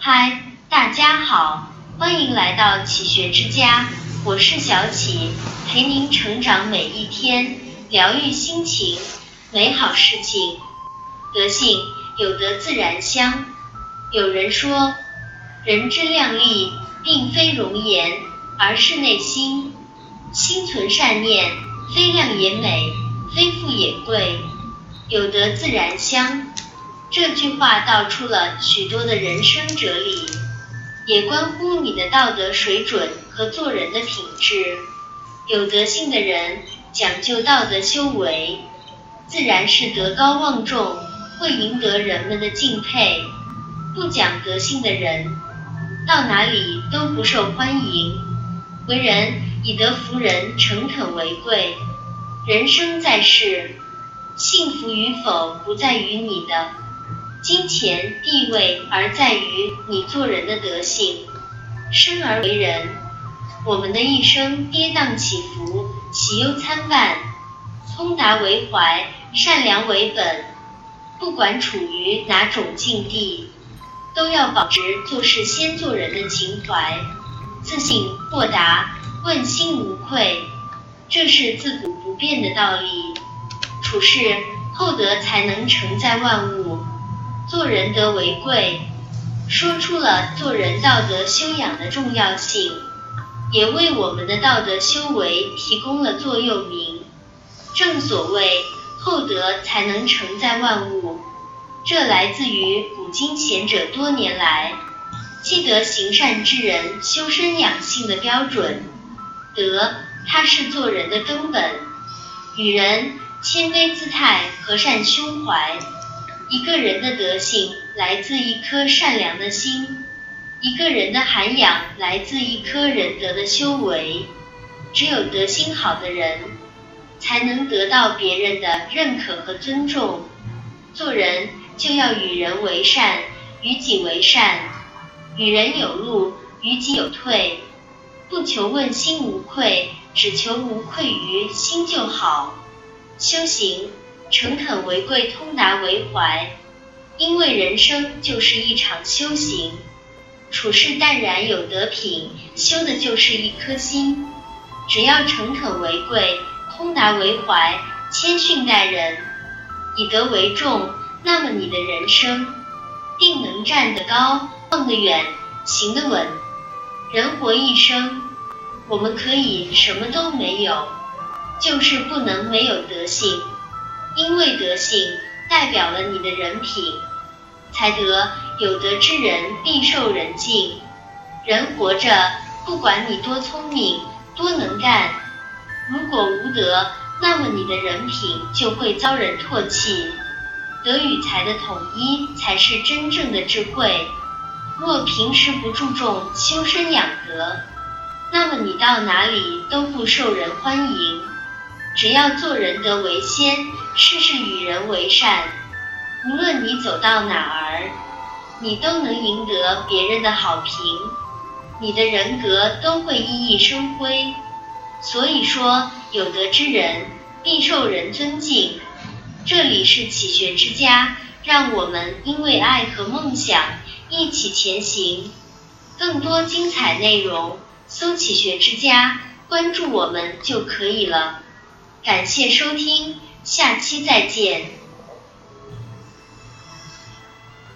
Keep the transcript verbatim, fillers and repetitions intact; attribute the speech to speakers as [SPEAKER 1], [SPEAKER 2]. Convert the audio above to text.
[SPEAKER 1] 嗨，大家好，欢迎来到启学之家，我是小启，陪您成长每一天，疗愈心情，美好事情。德性有德自然香。有人说，人之靓丽，并非容颜，而是内心。心存善念，非靓也美，非富也贵。有德自然香。这句话道出了许多的人生哲理，也关乎你的道德水准和做人的品质。有德性的人讲究道德修为，自然是德高望重，会赢得人们的敬佩。不讲德性的人，到哪里都不受欢迎。为人以德服人，诚恳为贵。人生在世，幸福与否不在于你的金钱地位，而在于你做人的德性。生而为人，我们的一生跌宕起伏，喜忧参半，通达为怀，善良为本。不管处于哪种境地，都要保持做事先做人的情怀，自信豁达，问心无愧，这是自古不变的道理。处事厚德才能承载万物，做人德为贵，说出了做人道德修养的重要性，也为我们的道德修为提供了座右铭。正所谓厚德才能承载万物，这来自于古今贤者多年来积德行善之人修身养性的标准。德，它是做人的根本，与人谦卑姿态，和善胸怀。一个人的德性来自一颗善良的心，一个人的涵养来自一颗仁德的修为。只有德心好的人，才能得到别人的认可和尊重。做人就要与人为善，与己为善，与人有路，与己有退，不求问心无愧，只求无愧于心就好。修行诚恳为贵，通达为怀，因为人生就是一场修行。处事淡然有德品，修的就是一颗心。只要诚恳为贵，通达为怀，谦逊待人，以德为重，那么你的人生定能站得高，望得远，行得稳。人活一生，我们可以什么都没有，就是不能没有德性。因为德性代表了你的人品。才德有德之人必受人敬。人活着，不管你多聪明，多能干，如果无德，那么你的人品就会遭人唾弃。德与才的统一才是真正的智慧。若平时不注重修身养德，那么你到哪里都不受人欢迎。只要做人德为先，事事与人为善，无论你走到哪儿，你都能赢得别人的好评，你的人格都会熠熠生辉。所以说，有德之人必受人尊敬。这里是启学之家，让我们因为爱和梦想一起前行。更多精彩内容，搜启学之家，关注我们就可以了。感谢收听，下期再见。